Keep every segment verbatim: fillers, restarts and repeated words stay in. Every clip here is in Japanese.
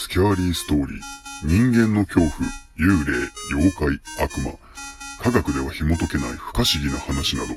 スキャーリーストーリー、人間の恐怖、幽霊、妖怪、悪魔、科学では紐解けない不可思議な話など。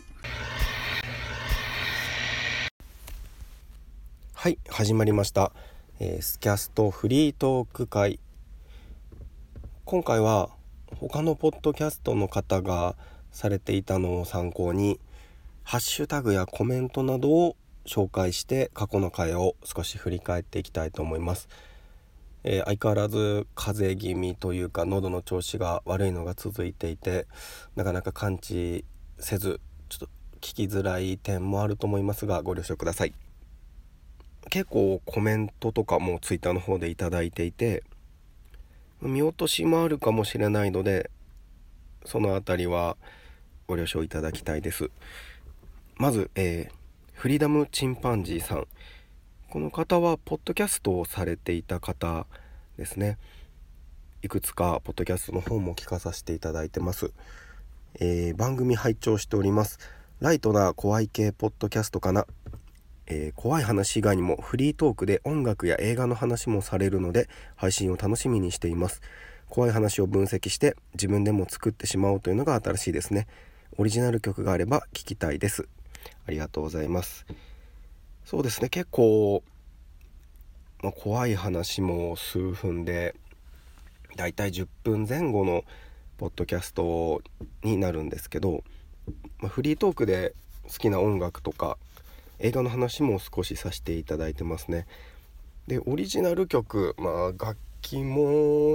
はい、始まりました、えー、スキャストフリートーク会。今回は他のポッドキャストの方がされていたのを参考にハッシュタグやコメントなどを紹介して過去の回を少し振り返っていきたいと思います。えー、相変わらず風邪気味というか喉の調子が悪いのが続いていて、なかなか感知せずちょっと聞きづらい点もあると思いますがご了承ください。結構コメントとかもツイッターの方でいただいていて、見落としもあるかもしれないのでそのあたりはご了承いただきたいです。まず、えー、フリーダムチンパンジーさん、この方はポッドキャストをされていた方ですね。いくつかポッドキャストの方も聞かさせていただいてます。えー、番組拝聴しております。ライトな怖い系ポッドキャストかな。えー、怖い話以外にもフリートークで音楽や映画の話もされるので配信を楽しみにしています。怖い話を分析して自分でも作ってしまおうというのが新しいですね。オリジナル曲があれば聞きたいです。ありがとうございます。そうですね、結構、まあ、怖い話も数分でだいたいじゅっぷんぜん後のポッドキャストになるんですけど、まあ、フリートークで好きな音楽とか映画の話も少しさせていただいてますね。でオリジナル曲、まあ楽器も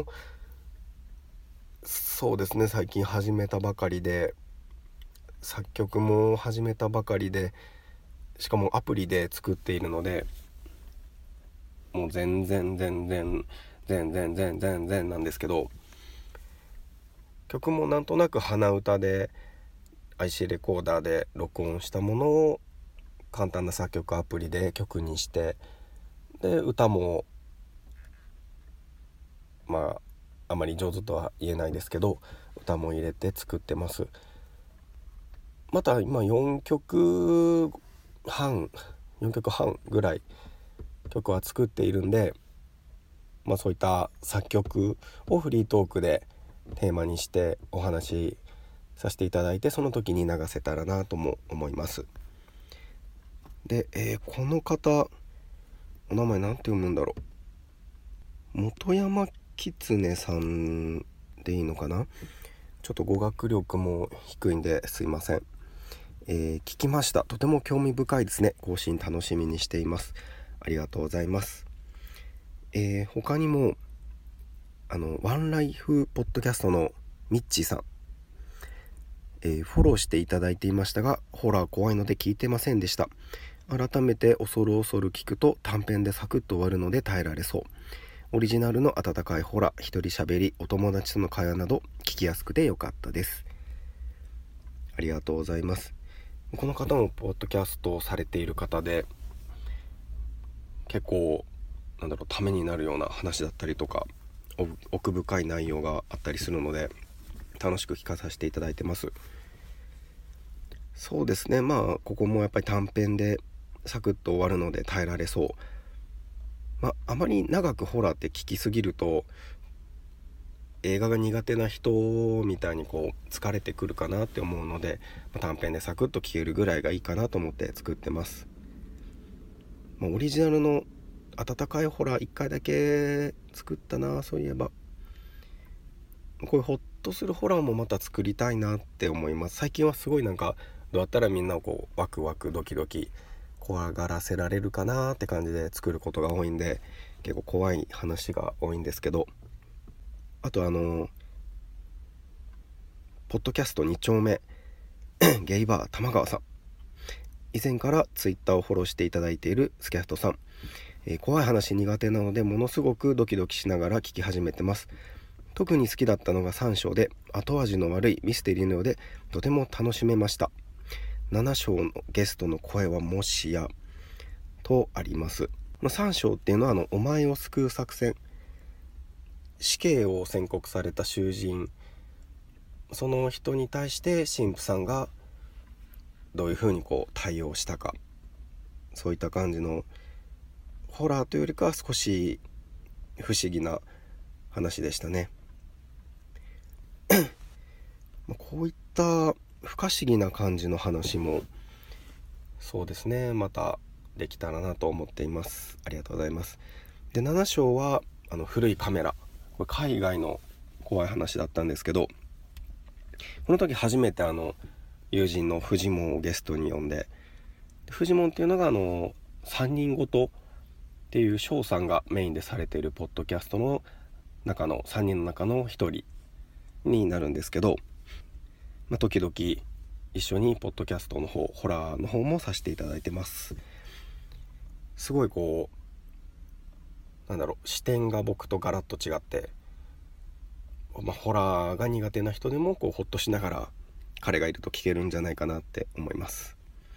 そうですね、最近始めたばかりで作曲も始めたばかりで、しかもアプリで作っているのでもう全然全然全然全然全然なんですけど、曲もなんとなく鼻歌で アイシー レコーダーで録音したものを簡単な作曲アプリで曲にして、で歌もまああまり上手とは言えないですけど歌も入れて作ってます。また今よんきょくはんよんきょくはんぐらい曲は作っているんで、まあそういった作曲をフリートークでテーマにしてお話しさせていただいて、その時に流せたらなとも思います。で、えー、この方お名前なんて読むんだろう。本山狐さんでいいのかな。ちょっと語学力も低いんですいません。えー、聞きました。とても興味深いですね。更新楽しみにしています。ありがとうございます。えー、他にもあのワンライフポッドキャストのミッチーさん、えー、フォローしていただいていましたがホラー怖いので聞いてませんでした。改めて恐る恐る聞くと短編でサクッと終わるので耐えられそう。オリジナルの温かいホラー、一人喋り、お友達との会話など聞きやすくてよかったです。ありがとうございます。この方もポッドキャストをされている方で、結構なんだろうためになるような話だったりとか奥深い内容があったりするので楽しく聞かさせていただいてます。そうですね、まあここもやっぱり短編でサクッと終わるので耐えられそう。まああまり長くホラーって聞きすぎると映画が苦手な人みたいにこう疲れてくるかなって思うので、まあ、短編でサクッと聞けるぐらいがいいかなと思って作ってます。まあ、オリジナルの温かいホラーいっかいだけ作ったな。そういえばこういうホッとするホラーもまた作りたいなって思います。最近はすごいなんかどうやったらみんなをこうワクワクドキドキ怖がらせられるかなって感じで作ることが多いんで、結構怖い話が多いんですけど、あとあのポッドキャストに丁目ゲイバー玉川さん、以前からツイッターをフォローしていただいているスキャストさん、えー、怖い話苦手なのでものすごくドキドキしながら聞き始めてます。特に好きだったのがさん章で後味の悪いミステリーのようでとても楽しめました。なな章のゲストの声はもしやとあります。さん章っていうのはあのお前を救う作戦、死刑を宣告された囚人、その人に対して神父さんがどういうふうにこう対応したか、そういった感じのホラーというよりかは少し不思議な話でしたね。こういった不可思議な感じの話もそうですね、またできたらなと思っています。ありがとうございます。で、なな章はあの古いカメラ、これ海外の怖い話だったんですけど、この時初めてあの友人のフジモンをゲストに呼んで、フジモンっていうのがあのさんにんごとっていう翔さんがメインでされているポッドキャストの中のさんにんの中のひとりになるんですけど、まあ、時々一緒にポッドキャストの方、ホラーの方もさせていただいてます。すごいこうなんだろう、視点が僕とガラッと違って、まあ、ホラーが苦手な人でもこうホッとしながら彼がいると聞けるんじゃないかなって思います。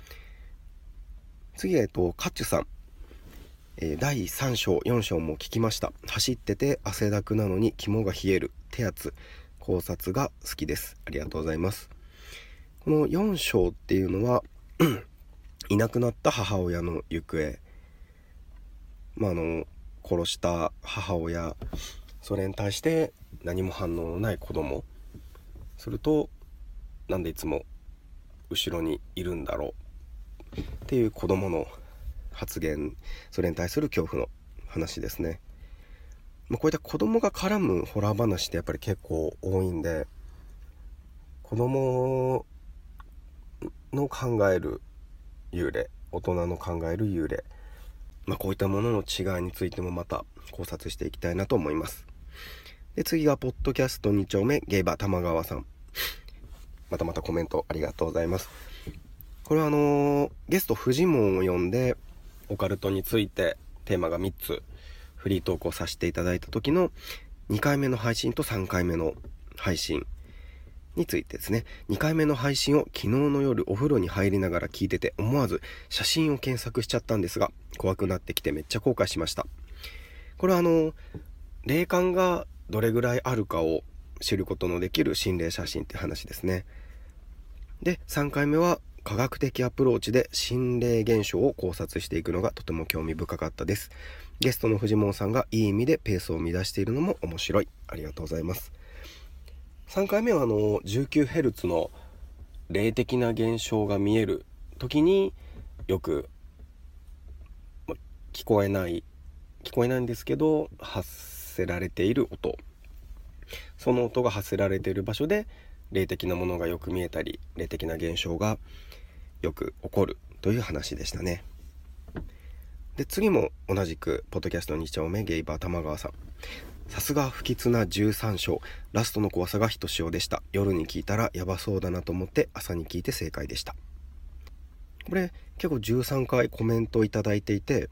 次はえっとカッチュさん、えー、だいさん章よん章も聞きました。走ってて汗だくなのに肝が冷える手圧考察が好きです。ありがとうございます。このよん章っていうのはいなくなった母親の行方、まあ、あの殺した母親、それに対して何も反応のない子供、するとなんでいつも後ろにいるんだろうっていう子供の発言、それに対する恐怖の話ですね。まあ、こういった子供が絡むホラー話ってやっぱり結構多いんで、子供の考える幽霊、大人の考える幽霊、まあ、こういったものの違いについてもまた考察していきたいなと思います。で、次がポッドキャストに丁目ゲイバー玉川さん、またまたコメントありがとうございます。これはあのー、ゲストフジモンを呼んでオカルトについてテーマがみっつフリートークをさせていただいた時のにかいめの配信とさんかいめの配信についてですね。にかいめの配信を昨日の夜お風呂に入りながら聞いてて、思わず写真を検索しちゃったんですが、怖くなってきてめっちゃ後悔しました。これはあの霊感がどれぐらいあるかを知ることのできる心霊写真って話ですね。で、さんかいめは科学的アプローチで心霊現象を考察していくのがとても興味深かったです。ゲストのフジモンさんがいい意味でペースを乱しているのも面白い。ありがとうございます。さんかいめはあの じゅうきゅうヘルツ の霊的な現象が見える時によく、ま、聞こえない聞こえないんですけど発せられている音、その音が発せられている場所で霊的なものがよく見えたり、霊的な現象がよく起こるという話でしたね。で、次も同じくポッドキャストに丁目ゲイバー玉川さん、さすが不吉なじゅうさん章、ラストの怖さがひとしおでした。夜に聞いたらやばそうだなと思って朝に聞いて正解でした。これ結構じゅうさんかいコメントいただいていて、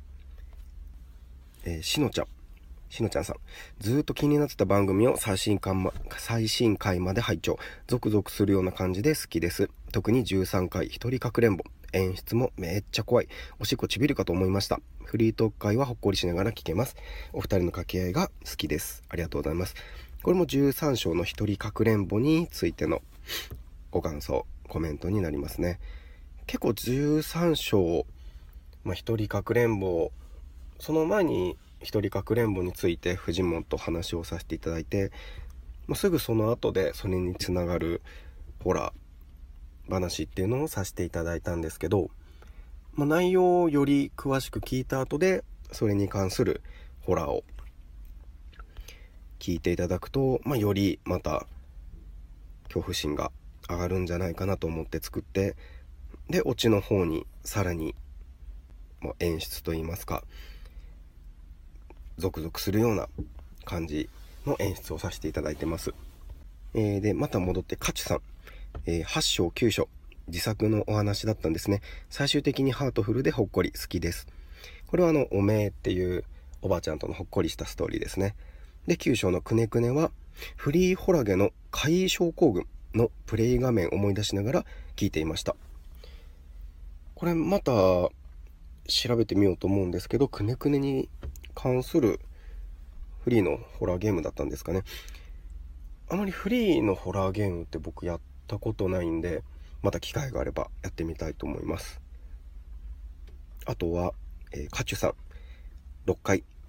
えー、しのちゃんしのちゃんさん、ずっと気になってた番組を最新回ま、最新回まで拝聴、ゾクゾクするような感じで好きです。特にじゅうさんかい一人かくれんぼ、演出もめっちゃ怖い、おしっこちびるかと思いました。フリートーク会はほっこりしながら聞けます。お二人の掛け合いが好きです。ありがとうございます。これもじゅうさん章の一人かくれんぼについてのご感想コメントになりますね。結構じゅうさん章、まあ、一人かくれんぼ、その前に一人かくれんぼについてフジモンと話をさせていただいて、まあ、すぐその後でそれにつながるホラー話っていうのをさせていただいたんですけど、まあ、内容をより詳しく聞いた後でそれに関するホラーを聞いていただくと、まあ、よりまた恐怖心が上がるんじゃないかなと思って作って、でオチの方にさらに、まあ、演出といいますかゾクゾクするような感じの演出をさせていただいてます。えー、でまた戻ってカチュさん、えー、はち章きゅう章自作のお話だったんですね。最終的にハートフルでほっこり好きです。これはあのおめえっていうおばあちゃんとのほっこりしたストーリーですね。できゅう章のくねくねはフリーホラゲの怪異症候群のプレイ画面を思い出しながら聞いていました。これまた調べてみようと思うんですけど、くねくねに関するフリーのホラーゲームだったんですかね。あまりフリーのホラーゲームって僕やったことないんで、また機会があればやってみたいと思います。あとは、えー、カチュさんろっかい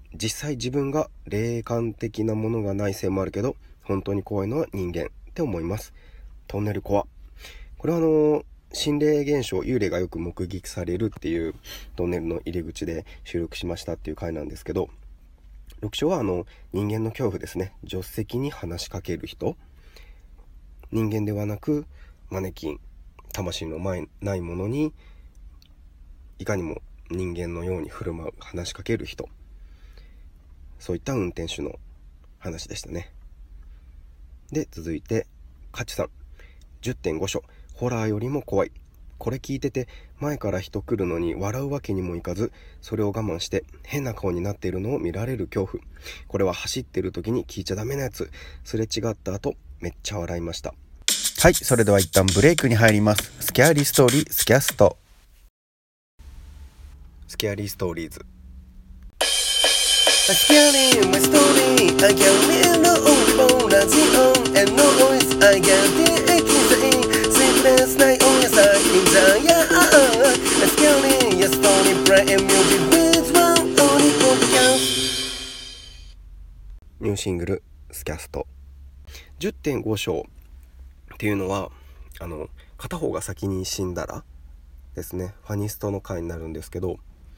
実際自分が霊感的なものがないせいもあるけど、本当に怖いのは人間って思います。トンネル怖。これはあの心霊現象、幽霊がよく目撃されるっていうトンネルの入り口で収録しましたっていう回なんですけど、ろく章はあの人間の恐怖ですね。助手席に話しかける人、人間ではなくマネキン、魂の前ないものにいかにも人間のように振る舞う、話しかける人、そういった運転手の話でしたね。で続いてカチュさん じゅってんご 章、ホラーよりも怖い。これ聞いてて前から人来るのに笑うわけにもいかず、それを我慢して変な顔になっているのを見られる恐怖。これは走ってる時に聞いちゃダメなやつ。すれ違った後めっちゃ笑いました。はい、それでは一旦ブレイクに入ります。スキャーリーストーリースキャスト。スキャーリーストーリーズ。 A scary my story, I can feel the old radio and noise. I get the aching, sleepless night on your side, anxiety. A scary your story, playing music with one only podcast. ニューシングルスキャスト じゅってんご 章っていうのは、あの片方が先に死んだらですね、ファニストの回になるんですけど、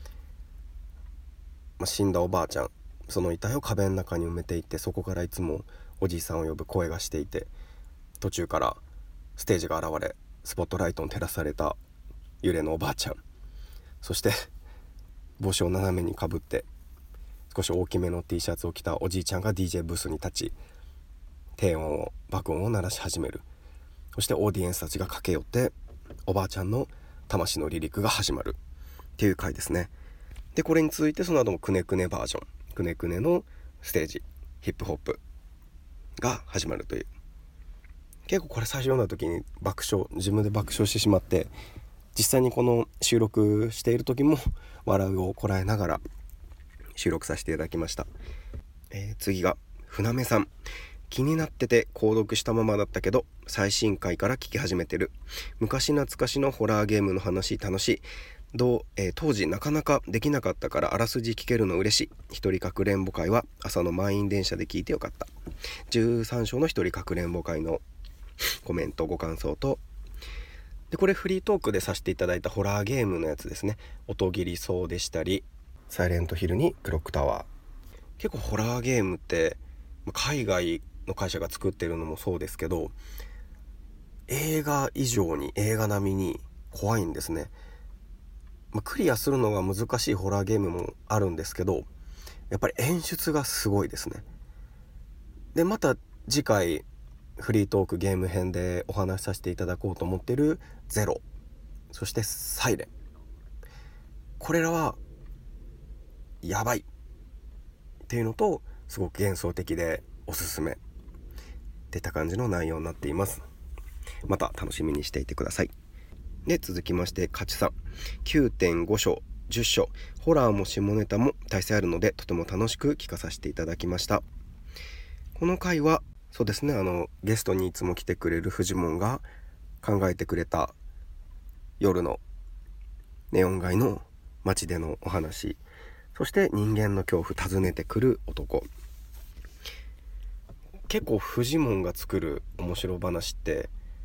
まあ、死んだおばあちゃん、その遺体を壁の中に埋めていて、そこからいつもおじいさんを呼ぶ声がしていて、途中からステージが現れ、スポットライトに照らされた幽霊のおばあちゃん、そして帽子を斜めにかぶって少し大きめの T シャツを着たおじいちゃんが ディージェー ブースに立ち、低音を爆音を鳴らし始める。そしてオーディエンスたちが駆け寄っておばあちゃんの魂の離陸が始まるっていう回ですね。でこれに続いてその後もくねくねバージョン、くねくねのステージ、ヒップホップが始まるという、結構これ最初読んだ時に爆笑、自分で爆笑してしまって、実際にこの収録している時も笑うをこらえながら収録させていただきました。えー、次が船目さん。気になってて購読したままだったけど最新回から聞き始めてる。昔懐かしのホラーゲームの話楽しい。どう、えー、当時なかなかできなかったからあらすじ聞けるの嬉しい。一人かくれんぼ会は朝の満員電車で聞いてよかった。じゅうさん章の一人かくれんぼ会のコメントご感想と、でこれフリートークでさせていただいたホラーゲームのやつですね。音切りそうでしたり、サイレントヒルにクロックタワー。結構ホラーゲームって海外の会社が作ってるのもそうですけど、映画以上に映画並みに怖いんですね。まあ、クリアするのが難しいホラーゲームもあるんですけど、やっぱり演出がすごいですね。でまた次回フリートークゲーム編でお話しさせていただこうと思ってるゼロ、そしてサイレン、これらはやばいっていうのと、すごく幻想的でおすすめっていった感じの内容になっています。また楽しみにしていてください。で続きましてカチさん きゅうてんご 章じゅっ章、ホラーも下ネタも大切あるのでとても楽しく聞かさせていただきました。この回はそうですね、あのゲストにいつも来てくれるフジモンが考えてくれた夜のネオン街の街でのお話、そして人間の恐怖訪ねてくる男。結構フジモンが作る面白話って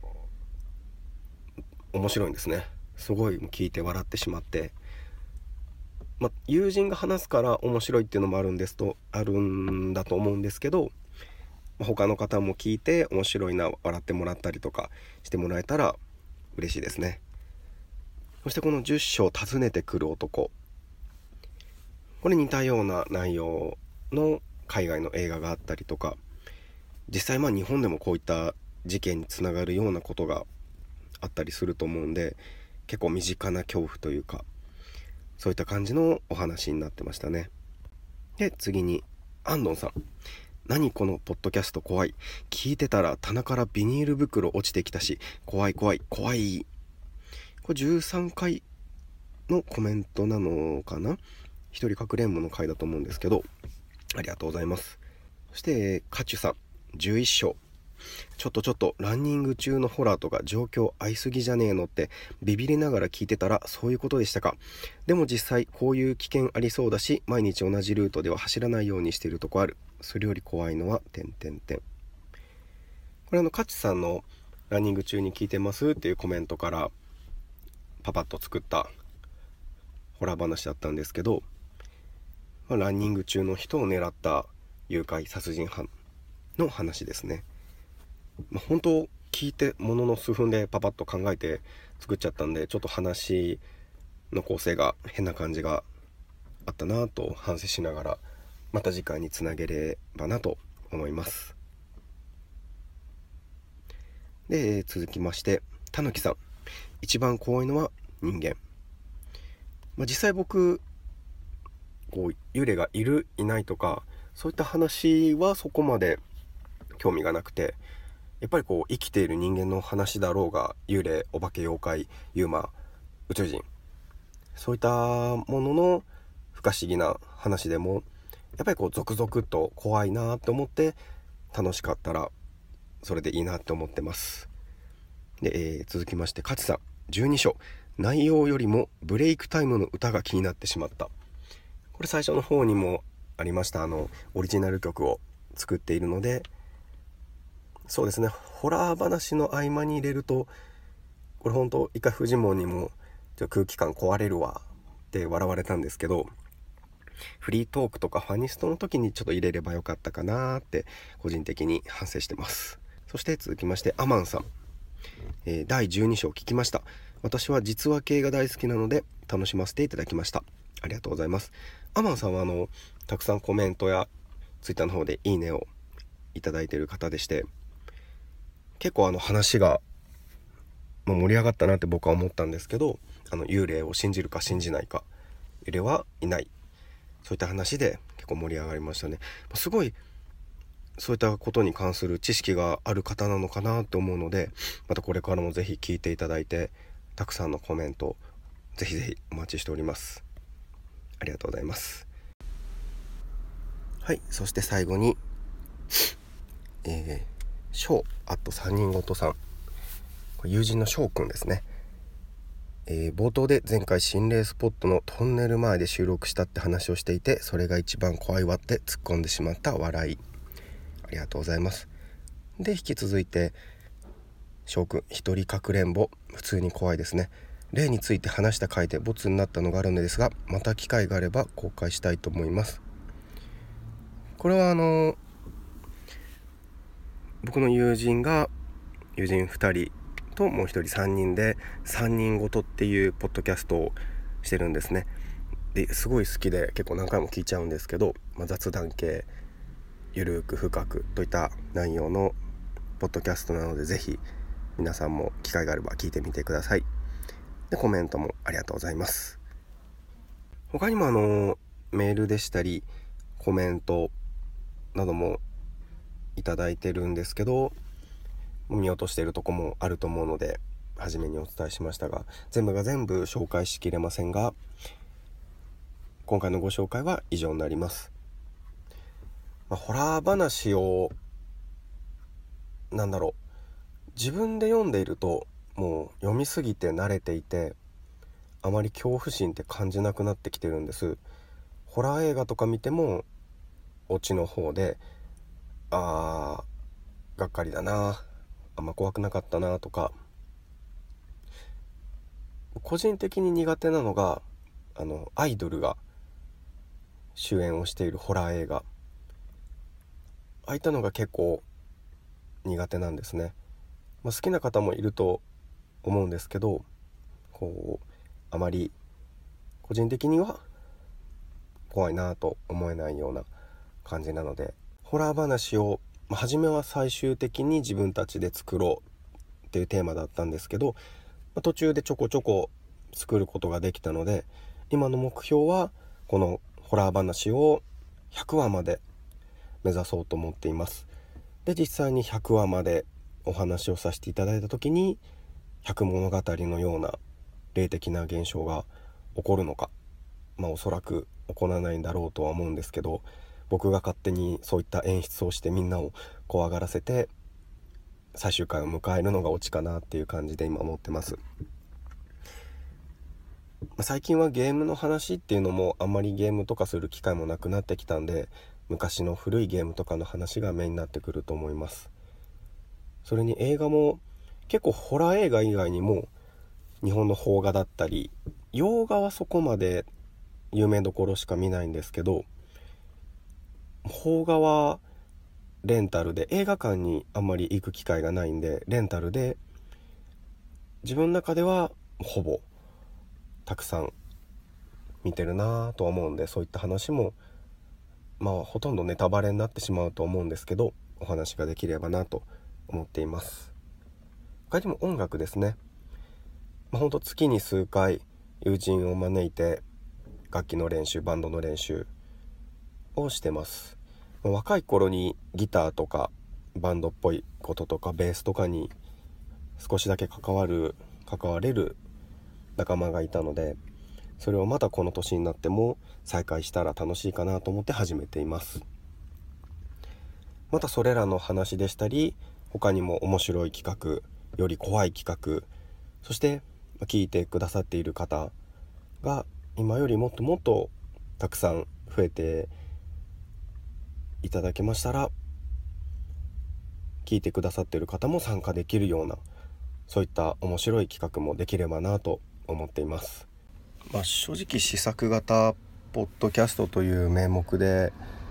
面白いんですね。すごい聞いて笑ってしまって、まあ、友人が話すから面白いっていうのもあるんですとあるんだと思うんですけど、他の方も聞いて面白いな、笑ってもらったりとかしてもらえたら嬉しいですね。そしてこのじゅっ章訪ねてくる男、これ似たような内容の海外の映画があったりとか、実際まあ日本でもこういった事件につながるようなことがあったりすると思うんで、結構身近な恐怖というかそういった感じのお話になってましたね。で次にアンドンさん。何このポッドキャスト怖い。聞いてたら棚からビニール袋落ちてきたし怖い怖い怖い。これじゅうさんかいのコメントなのかな。一人かくれんぼの回だと思うんですけど、ありがとうございます。そしてカチュさんじゅういち章、 ちょっとちょっとランニング中のホラーとか状況合いすぎじゃねえのってビビりながら聞いてたらそういうことでしたか。でも実際こういう危険ありそうだし、毎日同じルートでは走らないようにしているとこある。それより怖いのは点々点。これあのカチさんのランニング中に聞いてますっていうコメントからパパッと作ったホラー話だったんですけど、まあ、ランニング中の人を狙った誘拐殺人犯の話ですね。まあ、本当聞いてものの数分でパパッと考えて作っちゃったんで、ちょっと話の構成が変な感じがあったなと反省しながら、また次回につなげればなと思います。で続きましてたぬきさん、一番怖いのは人間。まあ、実際僕こう幽霊がいるいないとかそういった話はそこまで興味がなくて、やっぱりこう生きている人間の話だろうが、幽霊、お化け、妖怪、ユーマ、宇宙人、そういったものの不可思議な話でもやっぱりこうゾクゾクと怖いなと思って楽しかったらそれでいいなって思ってます。で、えー、続きまして勝さん、じゅうに章、内容よりもブレイクタイムの歌が気になってしまった。これ最初の方にもありました、あのオリジナル曲を作っているので、そうですね、ホラー話の合間に入れるとこれ本当一回フジモンにもちょ空気感壊れるわって笑われたんですけど、フリートークとかファニストの時にちょっと入れればよかったかなって個人的に反省してます。そして続きましてアマンさん、えー、だいじゅうに章聞きました。私は実話系が大好きなので楽しませていただきました。ありがとうございます。アマンさんはあのたくさんコメントやツイッターの方でいいねをいただいている方でして、結構あの話が盛り上がったなって僕は思ったんですけど、あの幽霊を信じるか信じないか、幽霊はいない、そういった話で結構盛り上がりましたね。すごいそういったことに関する知識がある方なのかなと思うので、またこれからもぜひ聞いていただいて、たくさんのコメントぜひぜひお待ちしております。ありがとうございます。はい、そして最後にえー、ショーあとさんにんごとさん、友人のショーくんですね。えー、冒頭で前回心霊スポットのトンネル前で収録したって話をしていて、それが一番怖いわって突っ込んでしまった笑い。ありがとうございます。で引き続いてショーくん、一人かくれんぼ普通に怖いですね。霊について話した回でボツになったのがあるのですが、また機会があれば公開したいと思います。これはあの僕の友人が友人ふたりともうひとりさんにんでさんにんごとっていうポッドキャストをしてるんですね。ですごい好きで結構何回も聞いちゃうんですけど、まあ、雑談系ゆるく深くといった内容のポッドキャストなので、ぜひ皆さんも機会があれば聞いてみてください。でコメントもありがとうございます。他にもあのメールでしたりコメントなどもいただいてるんですけど、見落としているとこもあると思うので初めにお伝えしましたが、全部が全部紹介しきれませんが、今回のご紹介は以上になります。まあ、ホラー話をなんだろう自分で読んでいるともう読みすぎて慣れていて、あまり恐怖心って感じなくなってきてるんです。ホラー映画とか見てもオチの方であーがっかりだな、あんま怖くなかったなとか、個人的に苦手なのがあのアイドルが主演をしているホラー映画、ああいったのが結構苦手なんですね。まあ、好きな方もいると思うんですけど、こうあまり個人的には怖いなと思えないような感じなので、ホラー話を、まあ、初めは最終的に自分たちで作ろうっていうテーマだったんですけど、まあ、途中でちょこちょこ作ることができたので、今の目標はこのホラー話をひゃくわまで目指そうと思っています。で実際にひゃくわまでお話をさせていただいた時に百物語のような霊的な現象が起こるのか、まあおそらく起こらないんだろうとは思うんですけど、僕が勝手にそういった演出をしてみんなを怖がらせて最終回を迎えるのがオチかなっていう感じで今思ってます。最近はゲームの話っていうのもあんまりゲームとかする機会もなくなってきたんで、昔の古いゲームとかの話がメインになってくると思います。それに映画も結構ホラー映画以外にも日本の邦画だったり、洋画はそこまで有名どころしか見ないんですけど、邦画はレンタルで、映画館にあんまり行く機会がないんでレンタルで、自分の中ではほぼたくさん見てるなとは思うんで、そういった話もまあほとんどネタバレになってしまうと思うんですけど、お話ができればなと思っています。他にも音楽ですね、まあ、ほんと月に数回友人を招いて楽器の練習、バンドの練習をしてます。若い頃にギターとかバンドっぽいこととかベースとかに少しだけ関わる関われる仲間がいたので、それをまたこの年になっても再開したら楽しいかなと思って始めています。またそれらの話でしたり、他にも面白い企画、より怖い企画、そして聞いてくださっている方が今よりもっともっとたくさん増えていただけましたら、聞いてくださっている方も参加できるような、そういった面白い企画もできればなと思っています。まあ、正直試作型ポッドキャストという名目で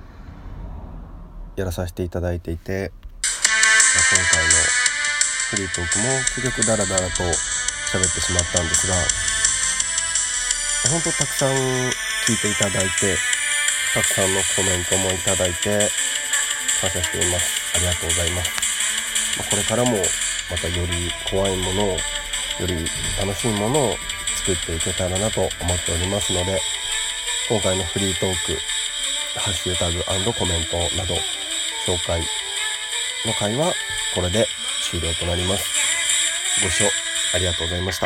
やらさせていただいていて、まあ、今回のフリートークも結局ダラダラと喋ってしまったんですが、本当たくさん聞いていただいて、たくさんのコメントもいただいて感謝しています。ありがとうございます。まあ、これからもまたより怖いものを、より楽しいものを作っていけたらなと思っておりますので、今回のフリートーク、ハッシュタグ&コメントなど紹介の回はこれで終了となります。ご視聴ありがとうございました。